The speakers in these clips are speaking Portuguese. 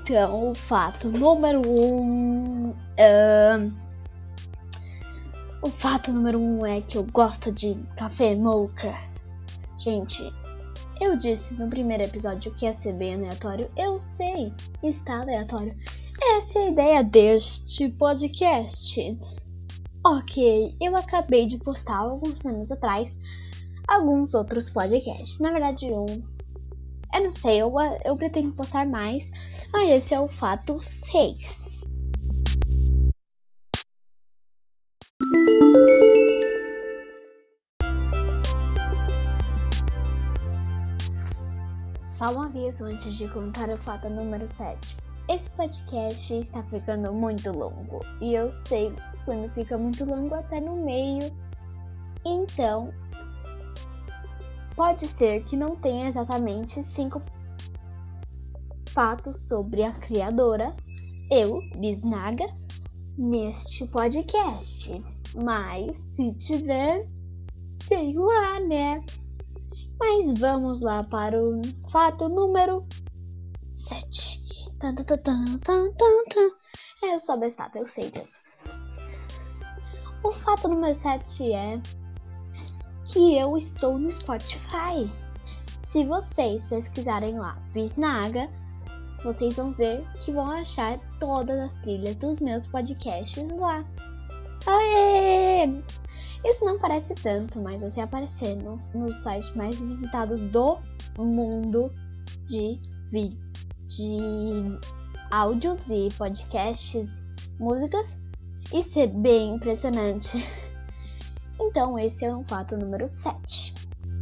Então, o fato número 1... o fato número 1 é que eu gosto de café mocha. Gente, eu disse no primeiro episódio que ia ser bem aleatório. Eu sei, está aleatório. Essa é a ideia deste podcast. Ok, eu acabei de postar alguns minutos atrás alguns outros podcasts. Na verdade, eu não sei, eu pretendo postar mais, mas esse é o fato 6. Só um aviso antes de contar o fato número 7. Esse podcast está ficando muito longo. E eu sei quando fica muito longo até no meio. Então, pode ser que não tenha exatamente 5 fatos sobre a criadora, eu, Bisnaga, neste podcast. Mas se tiver, sei lá, né? Mas vamos lá para o fato número 7. Eu sou bestada, eu sei disso. O fato número 7 é que eu estou no Spotify. Se vocês pesquisarem lá Bisnaga, vocês vão ver que vão achar todas as trilhas dos meus podcasts lá. Aê! Isso não parece tanto, mas você aparecer no site mais visitados do mundo de áudios e podcasts, músicas, isso é bem impressionante. Então esse é o fato número 7.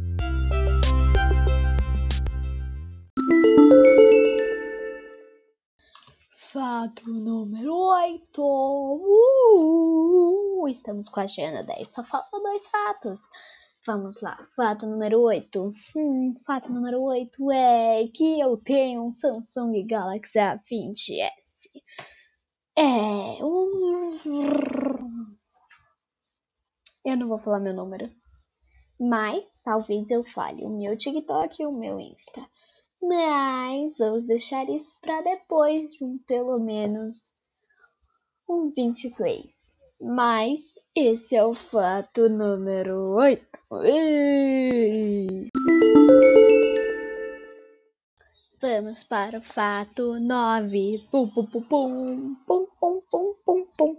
Fato número 8. Estamos quase chegando a 10. Só faltam 2 fatos. Vamos lá. Fato número 8. Fato número 8 é que eu tenho um Samsung Galaxy A20s. Eu não vou falar meu número. Mas talvez eu fale o meu TikTok e o meu Insta. Mas vamos deixar isso para depois de pelo menos 20 plays. Mas esse é o fato número 8. Vamos para o fato 9. Pum, pum, pum, pum, pum, pum, pum, pum, pum.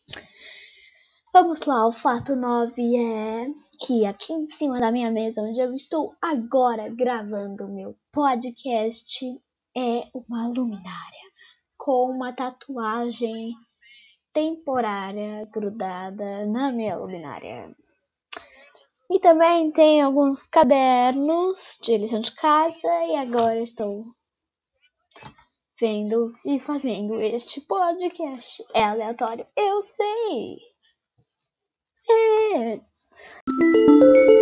Vamos lá, o fato 9 é que aqui em cima da minha mesa, onde eu estou agora gravando o meu podcast, é uma luminária com uma tatuagem temporária grudada na minha luminária. E também tem alguns cadernos de lição de casa e agora estou vendo e fazendo este podcast. É aleatório, eu sei. É.